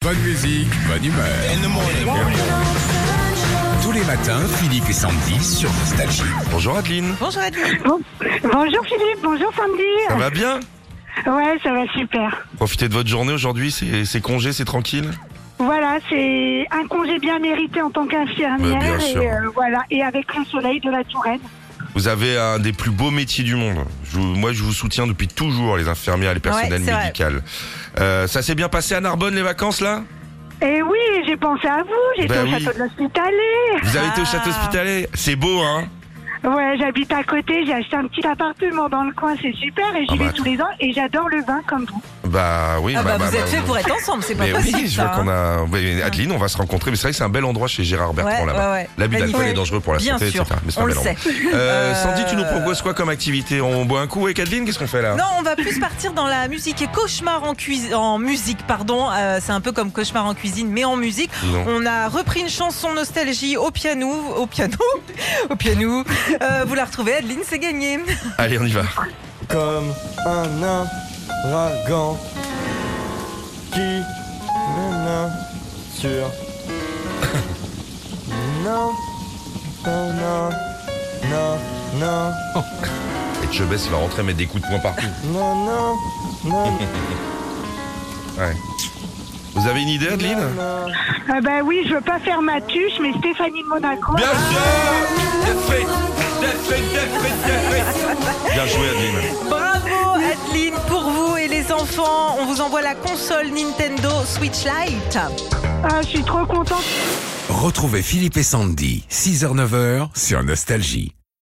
Bonne musique, bonne humeur. Tous les matins, Philippe et Sandy sur Nostalgie. Bonjour Adeline. Bonjour Adeline. Bonjour Philippe, bonjour Sandy. Ça va bien? Ouais, ça va super. Profitez de votre journée aujourd'hui, c'est congé, c'est tranquille? Voilà, c'est un congé bien mérité en tant qu'infirmière. Bien sûr. Voilà, et avec le soleil de la Touraine. Vous avez un des plus beaux métiers du monde. Moi, je vous soutiens depuis toujours, les infirmières, les personnels c'est médicaux. Ça s'est bien passé à Narbonne, les vacances, là? Et oui, j'ai pensé à vous, j'étais au château de l'Hospitalet. Vous avez été au château hospitalier? C'est beau, hein? Ouais, j'habite à côté, j'ai acheté un petit appartement dans le coin, c'est super, et j'y vais tous les ans, et j'adore le vin comme vous. Bah oui. Vous êtes fait pour être ensemble, c'est pas mais possible. Oui, je vois qu'on a. Adeline, on va se rencontrer, mais c'est vrai que c'est un bel endroit chez Gérard Bertrand là-bas. Ouais. L'abus d'alcool est dangereux pour la Bien santé, sûr, etc. Mais c'est un on bel le endroit. sait. Sandy, tu nous proposes quoi comme activité? On boit un coup avec Adeline? Qu'est-ce qu'on fait là? Non, on va plus partir dans la musique et cauchemar en musique, pardon. C'est un peu comme cauchemar en cuisine, mais en musique. Non. On a repris une chanson nostalgie au piano. Vous la retrouvez, Adeline, c'est gagné. Allez, on y va. Comme un ouragan qui mène sur non. Et Chebès, il va rentrer mettre des coups de poing partout. Non. Ouais. Vous avez une idée, Adeline? Bah oui, je veux pas faire ma tuche, mais Stéphanie de Monaco. Bien sûr. Bien joué, Adeline. Bravo, Adeline, pour vous et les enfants. On vous envoie la console Nintendo Switch Lite. Ah, je suis trop contente. Retrouvez Philippe et Sandy, 6h-9h sur Nostalgie.